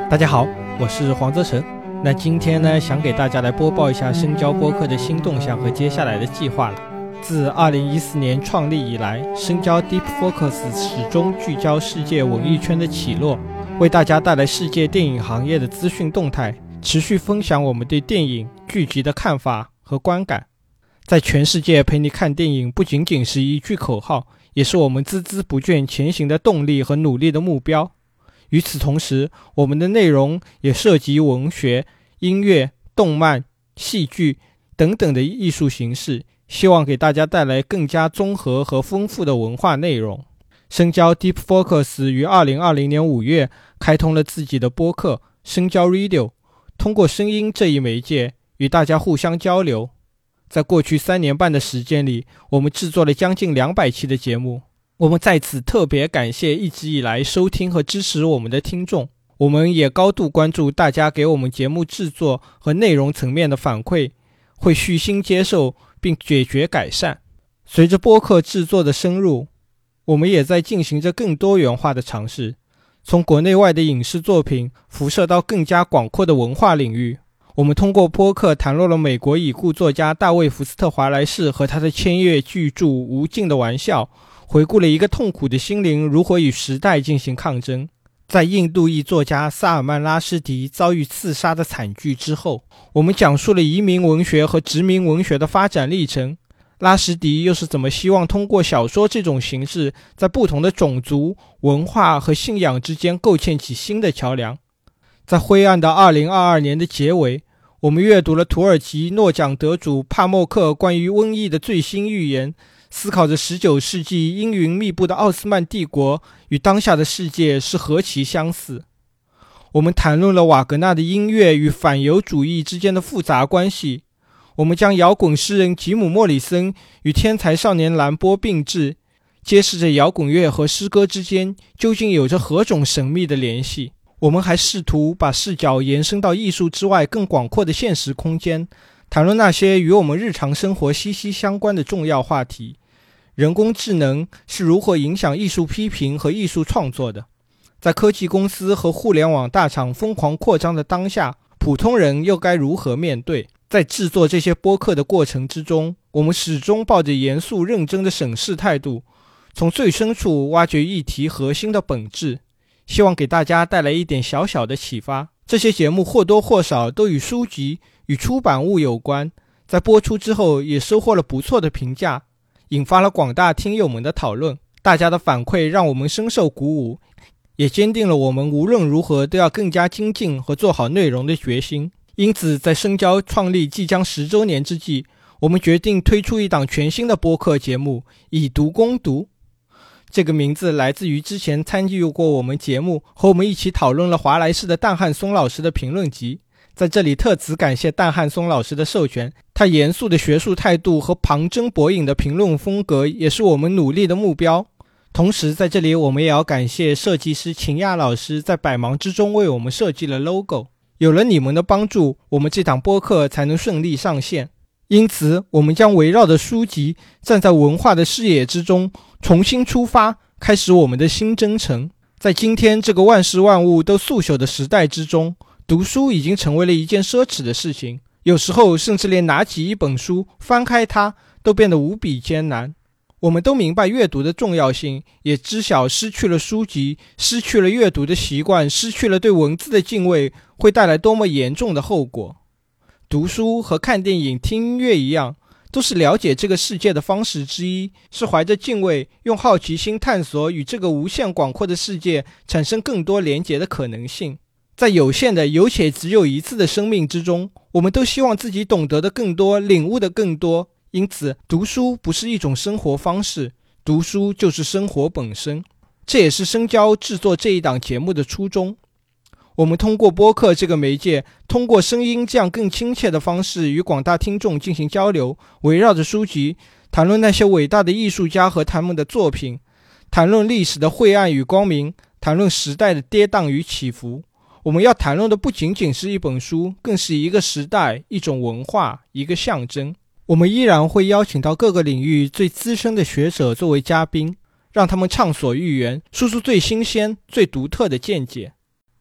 大家好，我是黄泽成。那今天呢，想给大家来播报一下深交播客的新动向和接下来的计划了。自2014年创立以来，深交 Deep Focus 始终聚焦世界文艺圈的起落，为大家带来世界电影行业的资讯动态，持续分享我们对电影剧集的看法和观感。在全世界陪你看电影不仅仅是一句口号，也是我们孜孜不倦前行的动力和努力的目标。与此同时，我们的内容也涉及文学、音乐、动漫、戏剧等等的艺术形式，希望给大家带来更加综合和丰富的文化内容。深交 Deep Focus 于2020年5月开通了自己的播客深交 Radio， 通过声音这一媒介与大家互相交流。在过去3年半的时间里，我们制作了将近200期的节目。我们在此特别感谢一直以来收听和支持我们的听众，我们也高度关注大家给我们节目制作和内容层面的反馈，会虚心接受并解决改善。随着播客制作的深入，我们也在进行着更多元化的尝试，从国内外的影视作品辐射到更加广阔的文化领域。我们通过播客谈论了美国已故作家大卫·福斯特·华莱士和他的千叶巨著《无尽的玩笑》，回顾了一个痛苦的心灵如何与时代进行抗争。在印度裔作家萨尔曼·拉什迪遭遇刺杀的惨剧之后，我们讲述了移民文学和殖民文学的发展历程。拉什迪又是怎么希望通过小说这种形式，在不同的种族、文化和信仰之间构建起新的桥梁。在灰暗的2022年的结尾，我们阅读了土耳其诺奖得主帕默克关于瘟疫的最新预言，思考着19世纪阴云密布的奥斯曼帝国与当下的世界是何其相似。我们谈论了瓦格纳的音乐与反犹主义之间的复杂关系。我们将摇滚诗人吉姆·莫里森与天才少年兰波并置，揭示着摇滚乐和诗歌之间究竟有着何种神秘的联系。我们还试图把视角延伸到艺术之外更广阔的现实空间，谈论那些与我们日常生活息息相关的重要话题。人工智能是如何影响艺术批评和艺术创作的？在科技公司和互联网大厂疯狂扩张的当下，普通人又该如何面对？在制作这些播客的过程之中，我们始终抱着严肃认真的审视态度，从最深处挖掘议题核心的本质，希望给大家带来一点小小的启发。这些节目或多或少都与书籍与出版物有关，在播出之后也收获了不错的评价，引发了广大听友们的讨论。大家的反馈让我们深受鼓舞，也坚定了我们无论如何都要更加精进和做好内容的决心。因此，在深交创立即将10周年之际，我们决定推出一档全新的播客节目，以读攻读。这个名字来自于之前参与过我们节目和我们一起讨论了华莱士的蛋汉松老师的评论集。在这里特此感谢蛋汉松老师的授权，他严肃的学术态度和旁征博引的评论风格也是我们努力的目标。同时在这里我们也要感谢设计师秦亚老师在百忙之中为我们设计了 logo， 有了你们的帮助，我们这档播客才能顺利上线。因此我们将围绕着书籍，站在文化的视野之中，重新出发，开始我们的新征程。在今天这个万事万物都速朽的时代之中，读书已经成为了一件奢侈的事情，有时候甚至连拿起一本书翻开它都变得无比艰难。我们都明白阅读的重要性，也知晓失去了书籍，失去了阅读的习惯，失去了对文字的敬畏，会带来多么严重的后果。读书和看电影、听音乐一样，都是了解这个世界的方式之一，是怀着敬畏，用好奇心探索与这个无限广阔的世界产生更多连结的可能性。在有限的有且只有一次的生命之中，我们都希望自己懂得的更多，领悟的更多。因此，读书不是一种生活方式，读书就是生活本身。这也是深交制作这一档节目的初衷。我们通过播客这个媒介，通过声音这样更亲切的方式与广大听众进行交流，围绕着书籍谈论那些伟大的艺术家和他们的作品，谈论历史的晦暗与光明，谈论时代的跌宕与起伏。我们要谈论的不仅仅是一本书，更是一个时代、一种文化、一个象征。我们依然会邀请到各个领域最资深的学者作为嘉宾，让他们畅所欲言，说出最新鲜、最独特的见解。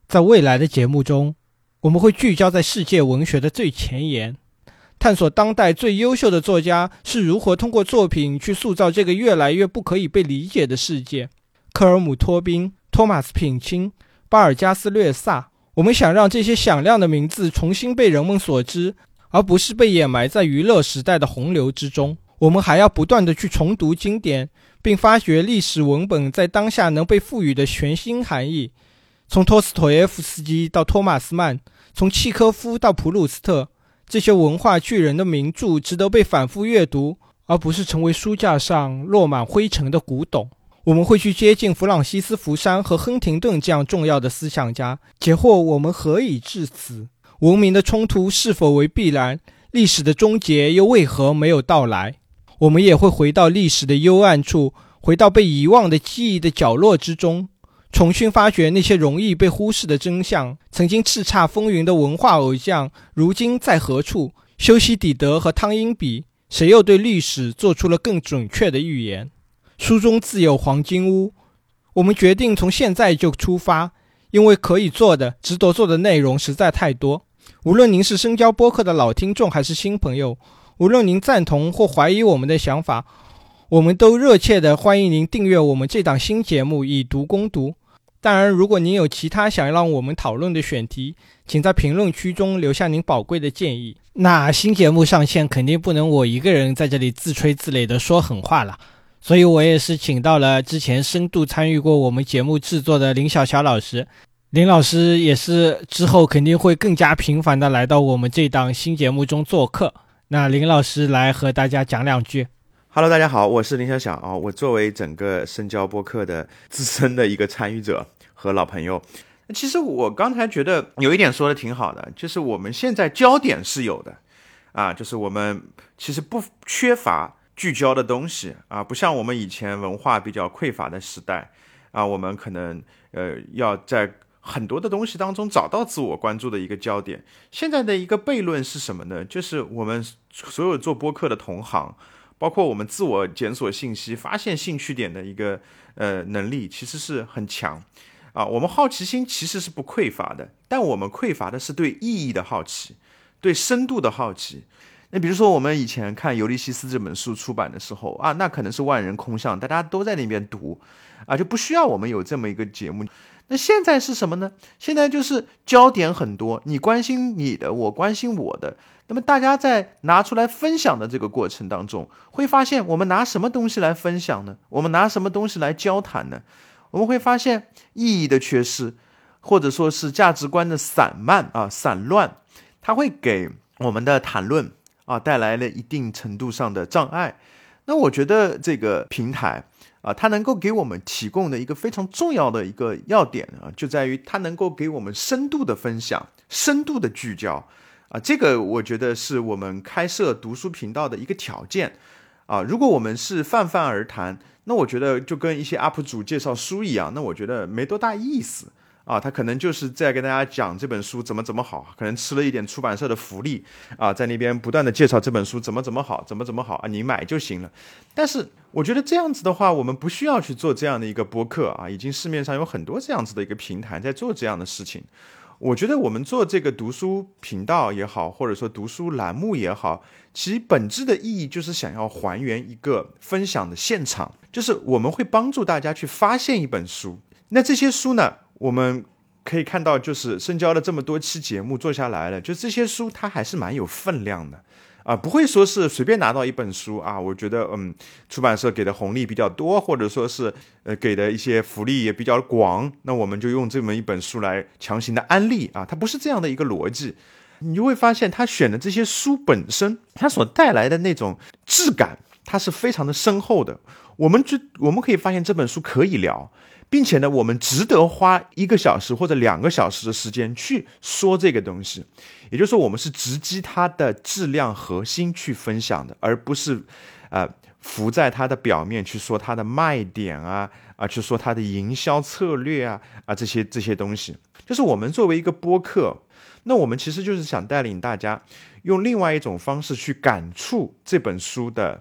在未来的节目中，我们会聚焦在世界文学的最前沿，探索当代最优秀的作家是如何通过作品去塑造这个越来越不可以被理解的世界。科尔姆托宾、托马斯品钦、巴尔加斯略萨，我们想让这些响亮的名字重新被人们所知，而不是被掩埋在娱乐时代的洪流之中。我们还要不断地去重读经典，并发掘历史文本在当下能被赋予的全新含义。从托斯妥耶夫斯基到托马斯曼，从契科夫到普鲁斯特，这些文化巨人的名著值得被反复阅读，而不是成为书架上落满灰尘的古董。我们会去接近弗朗西斯·福山和亨廷顿这样重要的思想家，解惑我们何以至此，文明的冲突是否为必然，历史的终结又为何没有到来。我们也会回到历史的幽暗处，回到被遗忘的记忆的角落之中，重新发掘那些容易被忽视的真相。曾经叱咤风云的文化偶像，如今在何处？修昔底德和汤因比，谁又对历史做出了更准确的预言？书中自有黄金屋，我们决定从现在就出发，因为可以做的、值得做的内容实在太多。无论您是深交播客的老听众还是新朋友，无论您赞同或怀疑我们的想法，我们都热切地欢迎您订阅我们这档新节目以读攻读。当然，如果您有其他想让我们讨论的选题，请在评论区中留下您宝贵的建议。那新节目上线肯定不能我一个人在这里自吹自擂地说狠话了，所以我也是请到了之前深度参与过我们节目制作的林小小老师。林老师也是之后肯定会更加频繁地来到我们这档新节目中做客。那林老师来和大家讲两句。 Hello， 大家好，我是林小小啊。我作为整个深交播客的资深的一个参与者和老朋友，其实我刚才觉得有一点说的挺好的，就是我们现在焦点是有的啊，就是我们其实不缺乏聚焦的东西啊，不像我们以前文化比较匮乏的时代啊，我们可能要在很多的东西当中找到自我关注的一个焦点。现在的一个悖论是什么呢？就是我们所有做播客的同行，包括我们自我检索信息、发现兴趣点的一个能力，其实是很强啊。我们好奇心其实是不匮乏的，但我们匮乏的是对意义的好奇，对深度的好奇。那比如说我们以前看《尤利西斯》这本书出版的时候啊，那可能是万人空巷，大家都在那边读啊，就不需要我们有这么一个节目。那现在是什么呢？现在就是焦点很多，你关心你的，我关心我的。那么大家在拿出来分享的这个过程当中，会发现我们拿什么东西来分享呢？我们拿什么东西来交谈呢？我们会发现意义的缺失，或者说是价值观的散乱，它会给我们的谈论带来了一定程度上的障碍。那我觉得这个平台它能够给我们提供的一个非常重要的一个要点就在于它能够给我们深度的分享、深度的聚焦这个我觉得是我们开设读书频道的一个条件如果我们是泛泛而谈，那我觉得就跟一些 UP 主介绍书一样，那我觉得没多大意思他可能就是在跟大家讲这本书怎么好，可能吃了一点出版社的福利在那边不断的介绍这本书怎么好你买就行了。但是我觉得这样子的话，我们不需要去做这样的一个播客已经市面上有很多这样子的一个平台在做这样的事情。我觉得我们做这个读书频道也好，或者说读书栏目也好，其实本质的意义就是想要还原一个分享的现场，就是我们会帮助大家去发现一本书。那这些书呢，我们可以看到就是深交了这么多期节目做下来了，就这些书它还是蛮有分量的不会说是随便拿到一本书我觉得出版社给的红利比较多，或者说是给的一些福利也比较广，那我们就用这么一本书来强行的安利它不是这样的一个逻辑。你就会发现他选的这些书本身，它所带来的那种质感，它是非常的深厚的。我们可以发现这本书可以聊，并且呢，我们值得花1个小时或者2个小时的时间去说这个东西。也就是说，我们是直击它的质量核心去分享的，而不是浮在它的表面去说它的卖点去说它的营销策略这些东西。就是我们作为一个播客，那我们其实就是想带领大家用另外一种方式去感触这本书的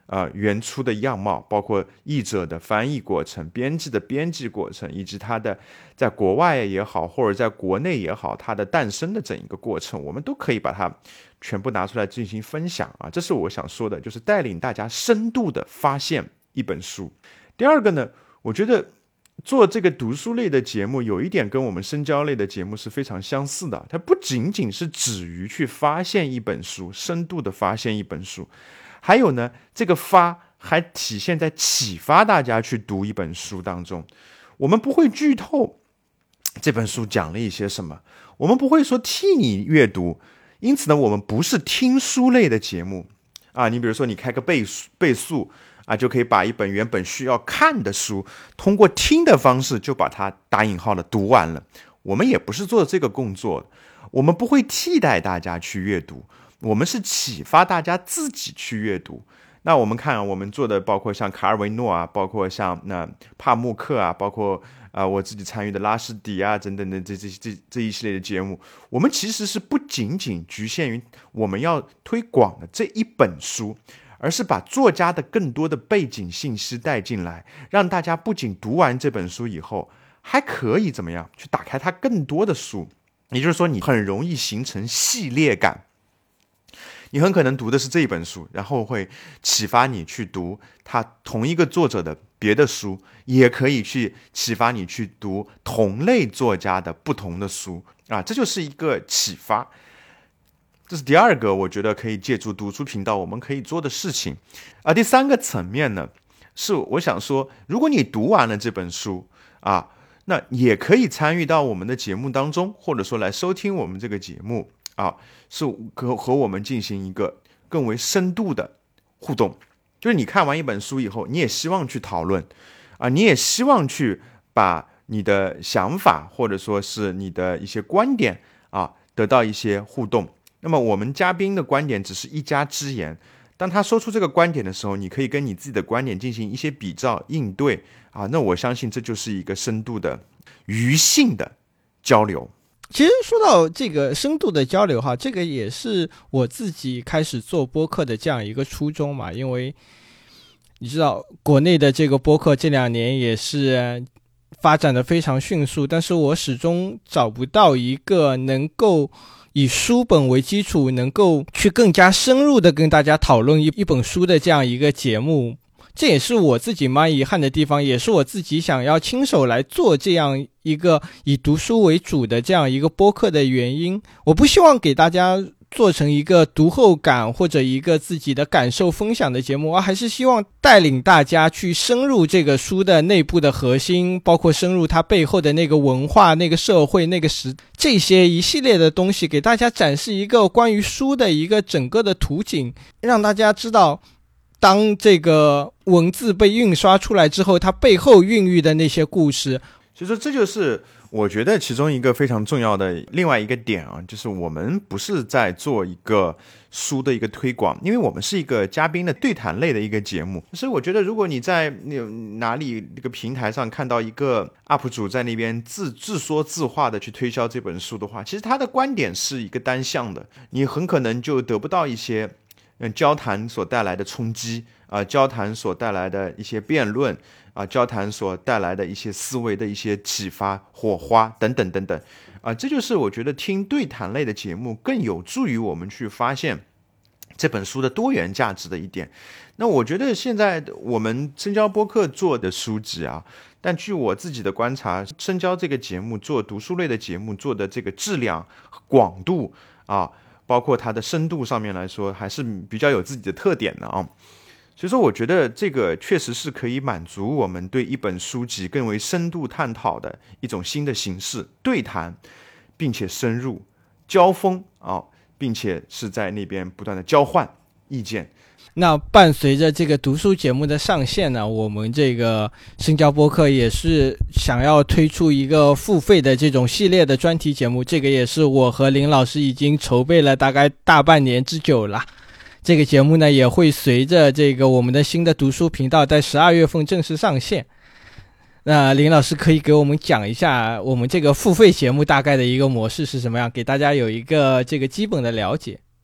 原初的样貌，包括译者的翻译过程、编辑的编辑过程，以及它的在国外也好，或者在国内也好，它的诞生的整一个过程，我们都可以把它全部拿出来进行分享啊。这是我想说的，就是带领大家深度的发现一本书。第二个呢，我觉得做这个读书类的节目有一点跟我们深交类的节目是非常相似的，它不仅仅是止于去发现一本书，深度的发现一本书，还有呢，这个发还体现在启发大家去读一本书当中。我们不会剧透这本书讲了一些什么，我们不会说替你阅读，因此呢，我们不是听书类的节目啊。你比如说你开个倍速啊，就可以把一本原本需要看的书，通过听的方式就把它打引号的读完了。我们也不是做这个工作，我们不会替代大家去阅读，我们是启发大家自己去阅读。那我们看我们做的包括像卡尔维诺啊，包括像帕慕克啊，包括我自己参与的拉什迪啊等等的这一系列的节目，我们其实是不仅仅局限于我们要推广的这一本书，而是把作家的更多的背景信息带进来，让大家不仅读完这本书以后，还可以怎么样去打开它更多的书。也就是说，你很容易形成系列感。你很可能读的是这一本书，然后会启发你去读他同一个作者的别的书，也可以去启发你去读同类作家的不同的书啊，这就是一个启发。这是第二个我觉得可以借助读书频道我们可以做的事情啊。第三个层面呢，是我想说，如果你读完了这本书啊，那也可以参与到我们的节目当中，或者说来收听我们这个节目啊，是和我们进行一个更为深度的互动。就是你看完一本书以后，你也希望去讨论啊，你也希望去把你的想法或者说是你的一些观点啊得到一些互动。那么我们嘉宾的观点只是一家之言，当他说出这个观点的时候，你可以跟你自己的观点进行一些比照应对啊，那我相信这就是一个深度的余性的交流。 其实说到这个深度的交流哈，这个也是我自己开始做播客的这样一个初衷嘛。因为你知道国内的这个播客这2年也是发展的非常迅速，但是我始终找不到一个能够以书本为基础，能够去更加深入的跟大家讨论一本书的这样一个节目。这也是我自己蛮遗憾的地方，也是我自己想要亲手来做这样一个以读书为主的这样一个播客的原因。我不希望给大家做成一个读后感或者一个自己的感受分享的节目，而还是希望带领大家去深入这个书的内部的核心，包括深入它背后的那个文化、那个社会、那个这些一系列的东西，给大家展示一个关于书的一个整个的图景，让大家知道当这个文字被印刷出来之后，它背后孕育的那些故事。 其实这就是我觉得其中一个非常重要的另外一个点啊，就是我们不是在做一个书的一个推广，因为我们是一个嘉宾的对谈类的一个节目。所以我觉得如果你在哪里那个平台上看到一个 UP 主在那边自说自话的去推销这本书的话，其实他的观点是一个单向的，你很可能就得不到一些交谈所带来的冲击啊，交谈所带来的一些辩论啊，交谈所带来的一些思维的一些启发、火花等等等等啊，这就是我觉得听对谈类的节目更有助于我们去发现这本书的多元价值的一点。那我觉得现在我们深交播客做的书籍啊，但据我自己的观察，深交这个节目做读书类的节目做的这个质量、广度啊，包括它的深度上面来说，还是比较有自己的特点的啊。所以说我觉得这个确实是可以满足我们对一本书籍更为深度探讨的一种新的形式，对谈并且深入交锋啊，并且是在那边不断的交换意见。 那伴随着这个读书节目的上线呢，我们这个深交播客也是想要推出一个付费的这种系列的专题节目，这个也是我和林老师已经筹备了大概大半年之久了。这个节目呢也会随着这个我们的新的读书频道在12月份正式上线。那林老师可以给我们讲一下我们这个付费节目大概的一个模式是什么样，给大家有一个这个基本的了解。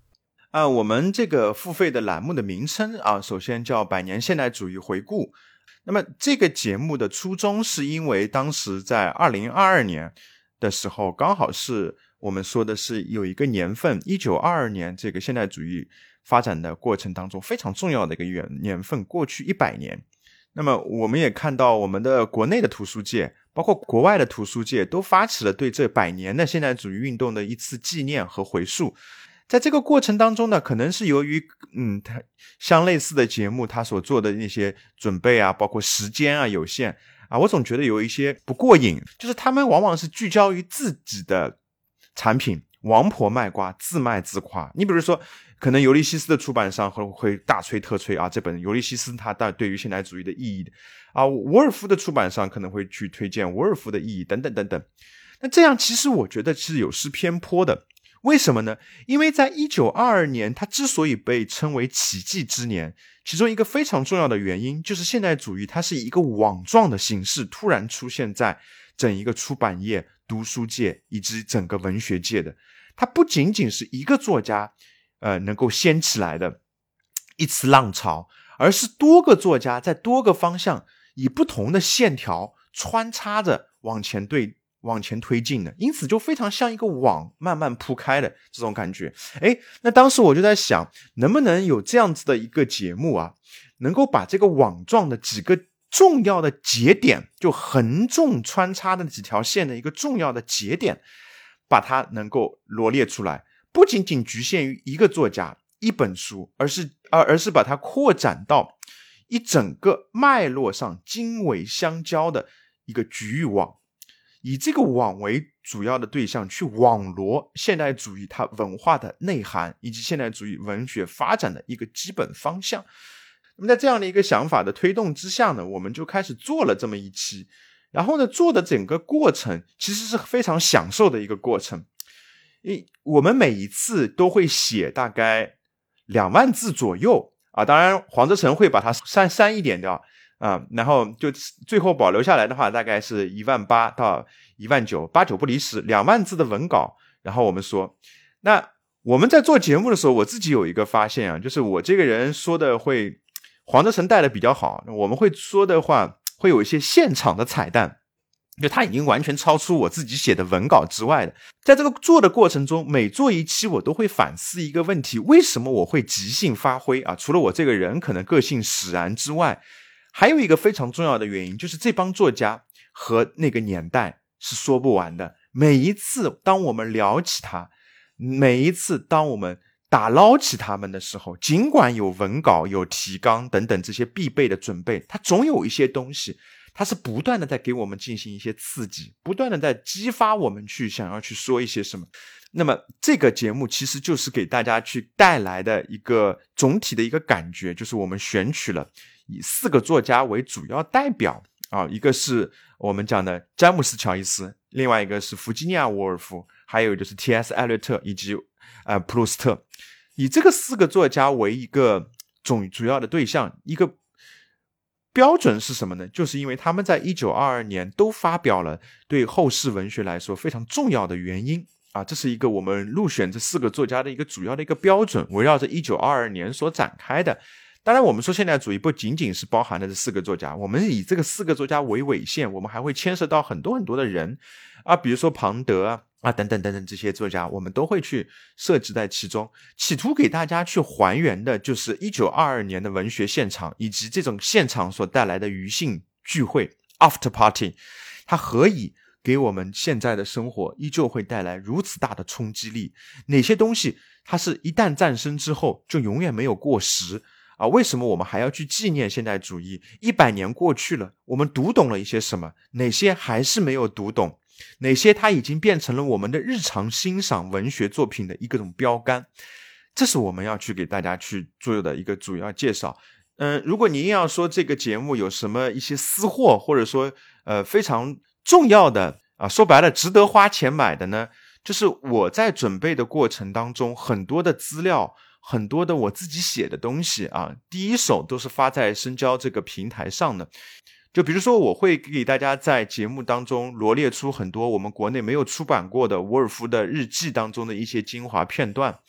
我们这个付费的栏目的名称首先叫百年现代主义回顾。那么这个节目的初衷是因为当时在2022年的时候，刚好是我们说的是有一个年份1922年，这个现代主义发展的过程当中非常重要的一个年份，过去100年。那么我们也看到我们的国内的图书界包括国外的图书界都发起了对这100年的现代主义运动的一次纪念和回溯。在这个过程当中呢，可能是由于像类似的节目它所做的那些准备包括时间有限我总觉得有一些不过瘾，就是他们往往是聚焦于自己的产品，王婆卖瓜，自卖自夸。你比如说可能尤利西斯的出版商会大吹特吹这本尤利西斯它对于现代主义的意义沃尔夫的出版商可能会去推荐沃尔夫的意义等等等等。那这样其实我觉得是有失偏颇的。为什么呢？因为在1922年它之所以被称为奇迹之年，其中一个非常重要的原因就是现代主义它是以一个网状的形式突然出现在整一个出版业、读书界以及整个文学界的。它不仅仅是一个作家能够掀起来的一次浪潮，而是多个作家在多个方向以不同的线条穿插着往前推进的，因此就非常像一个网慢慢铺开的这种感觉。那当时我就在想，能不能有这样子的一个节目能够把这个网状的几个重要的节点，就横纵穿插的几条线的一个重要的节点，把它能够罗列出来，不仅仅局限于一个作家一本书，而是把它扩展到一整个脉络上经纬相交的一个局域网，以这个网为主要的对象去网罗现代主义它文化的内涵以及现代主义文学发展的一个基本方向。那么在这样的一个想法的推动之下呢，我们就开始做了这么一期，然后呢做的整个过程其实是非常享受的一个过程。我们每一次都会写大概2万字左右当然黄泽成会把它删一点掉然后就最后保留下来的话大概是18000到19000，八九不离十，2万字的文稿。然后我们说，那我们在做节目的时候，我自己有一个发现就是我这个人说的会黄泽成带的比较好，我们会说的话会有一些现场的彩蛋，就它已经完全超出我自己写的文稿之外的。在这个做的过程中，每做一期我都会反思一个问题，为什么我会即兴发挥除了我这个人可能个性使然之外，还有一个非常重要的原因，就是这帮作家和那个年代是说不完的。每一次当我们聊起它，每一次当我们打捞起他们的时候，尽管有文稿有提纲等等这些必备的准备，它总有一些东西它是不断的在给我们进行一些刺激，不断的在激发我们去想要去说一些什么。那么这个节目其实就是给大家去带来的一个总体的一个感觉，就是我们选取了以4个作家为主要代表一个是我们讲的詹姆斯乔伊斯，另外一个是弗吉尼亚沃尔夫，还有就是 T.S. 艾略特以及普鲁斯特。以这个4个作家为一个主要的对象，一个标准是什么呢？就是因为他们在1922年都发表了对后世文学来说非常重要的原因这是一个我们入选这4个作家的一个主要的一个标准，围绕着1922年所展开的。当然我们说现代主义不仅仅是包含了这4个作家，我们以这个4个作家为纬线，我们还会牵涉到很多很多的人比如说庞德等等等等这些作家，我们都会去设置在其中，企图给大家去还原的就是1922年的文学现场，以及这种现场所带来的余兴聚会 after party， 它何以给我们现在的生活依旧会带来如此大的冲击力？哪些东西它是一旦诞生之后就永远没有过时为什么我们还要去纪念现代主义？100年过去了，我们读懂了一些什么？哪些还是没有读懂？哪些它已经变成了我们的日常欣赏文学作品的一个种标杆？这是我们要去给大家去做的一个主要介绍。如果你硬要说这个节目有什么一些私货，或者说非常重要的说白了值得花钱买的呢，就是我在准备的过程当中，很多的资料，很多的我自己写的东西第一手都是发在深交这个平台上的。就比如说我会给大家在节目当中罗列出很多我们国内没有出版过的沃尔夫的日记当中的一些精华片段，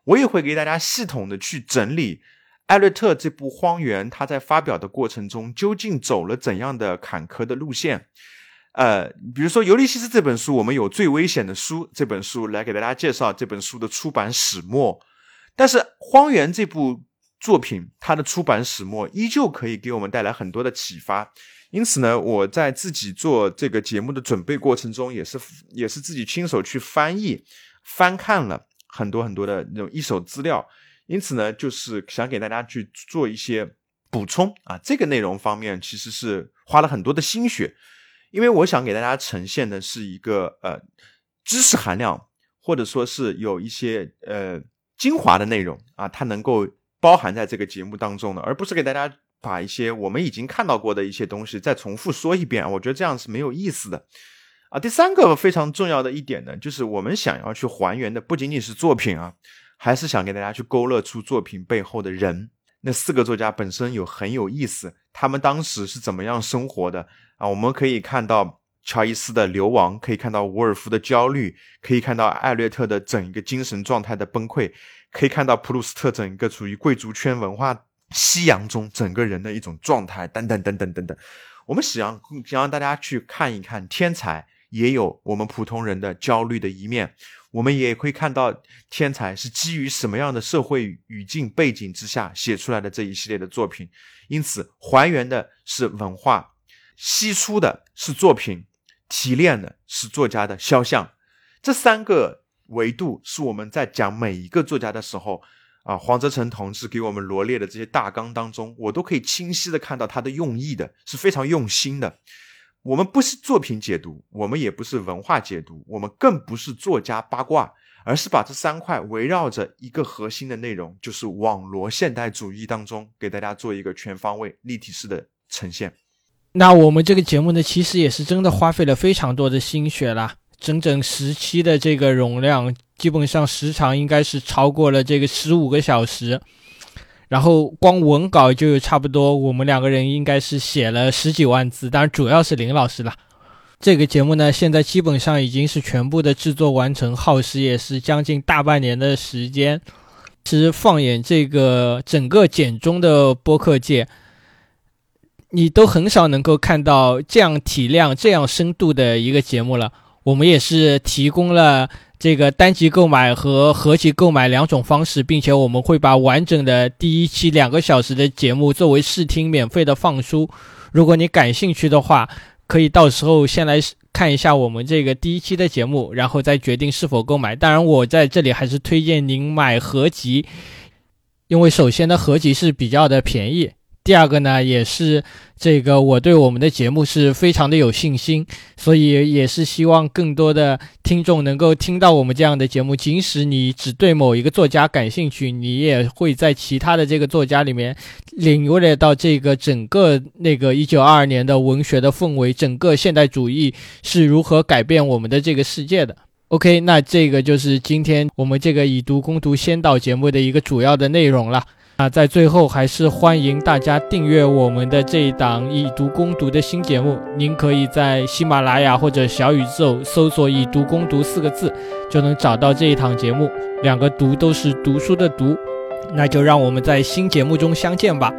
我也会给大家系统的去整理艾略特这部《荒原》他在发表的过程中究竟走了怎样的坎坷的路线。比如说《尤利西斯》这本书，我们有《最危险的书》这本书来给大家介绍这本书的出版始末，但是《荒原》这部作品它的出版始末依旧可以给我们带来很多的启发。因此呢，我在自己做这个节目的准备过程中也是自己亲手去翻看了很多的那种一手资料，因此呢就是想给大家去做一些补充啊。这个内容方面其实是花了很多的心血，因为我想给大家呈现的是一个知识含量或者说是有一些精华的内容啊，它能够包含在这个节目当中的，而不是给大家把一些我们已经看到过的一些东西再重复说一遍，我觉得这样是没有意思的啊。第三个非常重要的一点呢，就是我们想要去还原的不仅仅是作品啊，还是想给大家去勾勒出作品背后的人。那4个作家本身很有意思，他们当时是怎么样生活的啊？我们可以看到乔伊斯的流亡，可以看到伍尔夫的焦虑，可以看到艾略特的整一个精神状态的崩溃，可以看到普鲁斯特整个处于贵族圈文化夕阳中整个人的一种状态等等。我们想让大家去看一看天才也有我们普通人的焦虑的一面，我们也会看到天才是基于什么样的社会语境背景之下写出来的这一系列的作品。因此还原的是文化，析出的是作品，提炼的是作家的肖像。这3个维度是我们在讲每一个作家的时候黄泽成同志给我们罗列的这些大纲当中，我都可以清晰的看到他的用意的，是非常用心的。我们不是作品解读，我们也不是文化解读，我们更不是作家八卦，而是把这3块围绕着一个核心的内容，就是网罗现代主义当中给大家做一个全方位立体式的呈现。 那我们这个节目呢，其实也是真的花费了非常多的心血啦，整整10期的这个容量，基本上时长应该是超过了这个15个小时，然后光文稿就有差不多我们2个人应该是写了10几万字，当然主要是林老师啦。这个节目呢，现在基本上已经是全部的制作完成，耗时也是将近大半年的时间。其实放眼这个整个简中的播客界，你都很少能够看到这样体量这样深度的一个节目了。我们也是提供了这个单集购买和合集购买2种方式，并且我们会把完整的第1期2个小时的节目作为试听免费的放出。如果你感兴趣的话，可以到时候先来看一下我们这个第1期的节目，然后再决定是否购买。当然我在这里还是推荐您买合集，因为首先的合集是比较的便宜，第二个呢，也是这个我对我们的节目是非常的有信心，所以也是希望更多的听众能够听到我们这样的节目，即使你只对某一个作家感兴趣，你也会在其他的这个作家里面领略到这个整个那个1922年的文学的氛围，整个现代主义是如何改变我们的这个世界的。OK， 那这个就是今天我们这个以毒攻毒先导节目的一个主要的内容了。在最后还是欢迎大家订阅我们的这一档以毒攻毒的新节目，您可以在喜马拉雅或者小宇宙搜索以毒攻毒4个字就能找到这一档节目，2个毒都是读书的读。那就让我们在新节目中相见吧。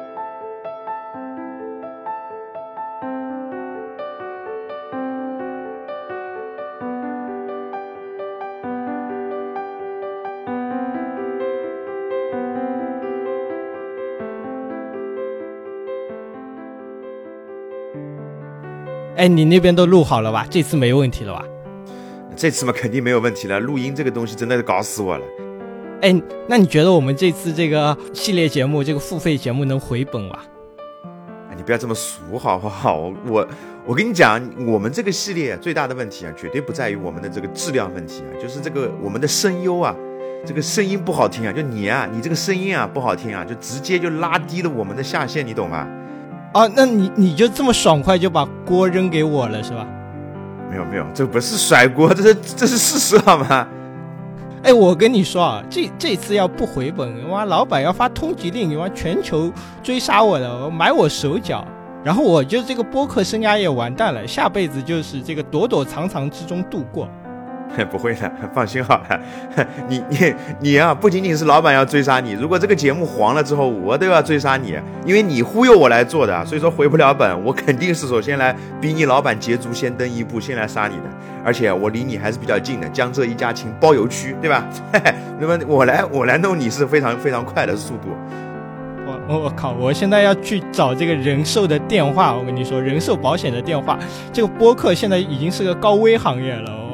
哎，你那边都录好了吧？这次没问题了吧？ 这次嘛肯定没有问题了，录音这个东西真的是搞死我了。 哎，那你觉得我们这次这个系列节目，这个付费节目能回本吗？ 你不要这么俗好不好？我跟你讲，我们这个系列最大的问题绝对不在于我们的这个质量问题就是这个我们的声优这个声音不好听就你这个声音不好听就直接就拉低了我们的下限，你懂吗？ 那你就这么爽快就把锅扔给我了是吧？ 没有，这不是甩锅，这是事实好吗？ 哎，我跟你说这次要不回本，老板要发通缉令，全球追杀我的，买我手脚，然后我就这个播客生涯也完蛋了，下辈子就是这个躲躲藏藏之中度过。 不会的，放心好了。你啊，不仅仅是老板要追杀你，如果这个节目黄了之后，我都要追杀你，因为你忽悠我来做的，所以说回不了本，我肯定是首先来比你老板捷足先登一步，先来杀你的。而且我离你还是比较近的，江浙一家亲，包邮区，对吧？那么我来弄你是非常非常快的速度。 我靠！我现在要去找这个人寿的电话，我跟你说，人寿保险的电话，这个播客现在已经是个高危行业了。